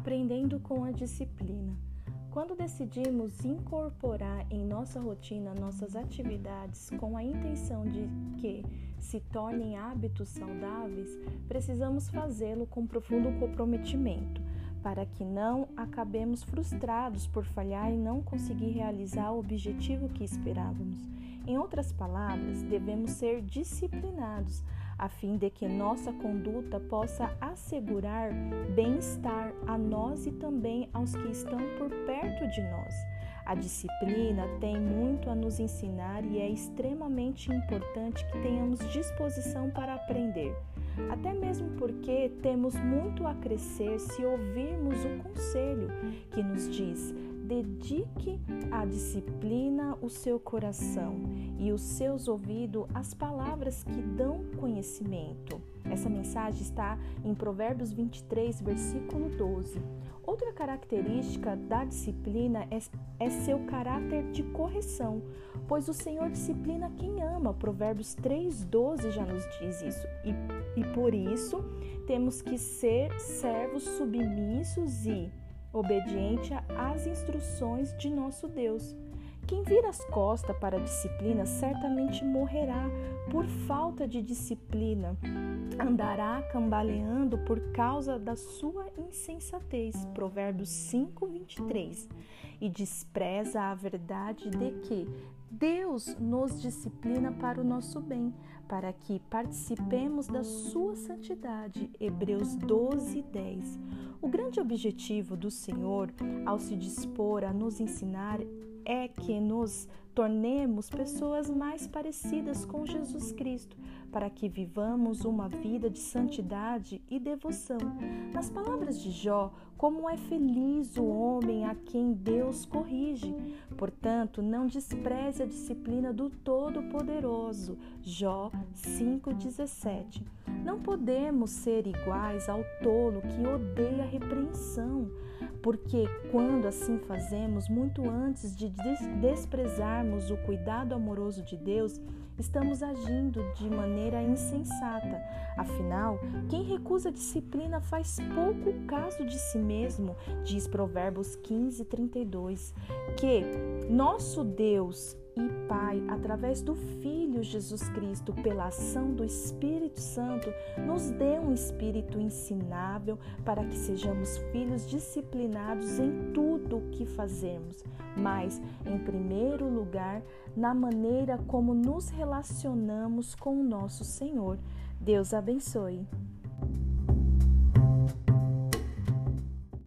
Aprendendo com a disciplina. Quando decidimos incorporar em nossa rotina nossas atividades com a intenção de que se tornem hábitos saudáveis, precisamos fazê-lo com profundo comprometimento, para que não acabemos frustrados por falhar e não conseguir realizar o objetivo que esperávamos. Em outras palavras, devemos ser disciplinados, a fim de que nossa conduta possa assegurar bem-estar a nós e também aos que estão por perto de nós. A disciplina tem muito a nos ensinar e é extremamente importante que tenhamos disposição para aprender. Até mesmo porque temos muito a crescer se ouvirmos o conselho que nos diz: dedique à disciplina o seu coração e os seus ouvidos às palavras que dão conhecimento. Essa mensagem está em Provérbios 23, versículo 12. Outra característica da disciplina é seu caráter de correção, pois o Senhor disciplina quem ama. Provérbios 3,12 já nos diz isso. E por isso temos que ser servos submissos e obediente às instruções de nosso Deus. Quem vira as costas para a disciplina certamente morrerá por falta de disciplina, andará cambaleando por causa da sua insensatez. Provérbios 5:23. E despreza a verdade de que Deus nos disciplina para o nosso bem, para que participemos da sua santidade. Hebreus 12:10. O grande objetivo do Senhor, ao se dispor a nos ensinar, é que nos tornemos pessoas mais parecidas com Jesus Cristo, para que vivamos uma vida de santidade e devoção. Nas palavras de Jó, como é feliz o homem a quem Deus corrige. Portanto, não despreze a disciplina do Todo-Poderoso. Jó 5:17. Não podemos ser iguais ao tolo que odeia a repreensão, porque quando assim fazemos, muito antes de desprezarmos o cuidado amoroso de Deus, estamos agindo de maneira insensata. Afinal, quem recusa a disciplina faz pouco caso de si mesmo, diz Provérbios 15:32, que nosso Deus e Pai, através do Filho Jesus Cristo, pela ação do Espírito Santo, nos dê um espírito ensinável para que sejamos filhos disciplinados em tudo o que fazemos, mas, em primeiro lugar, na maneira como nos relacionamos com o nosso Senhor. Deus abençoe.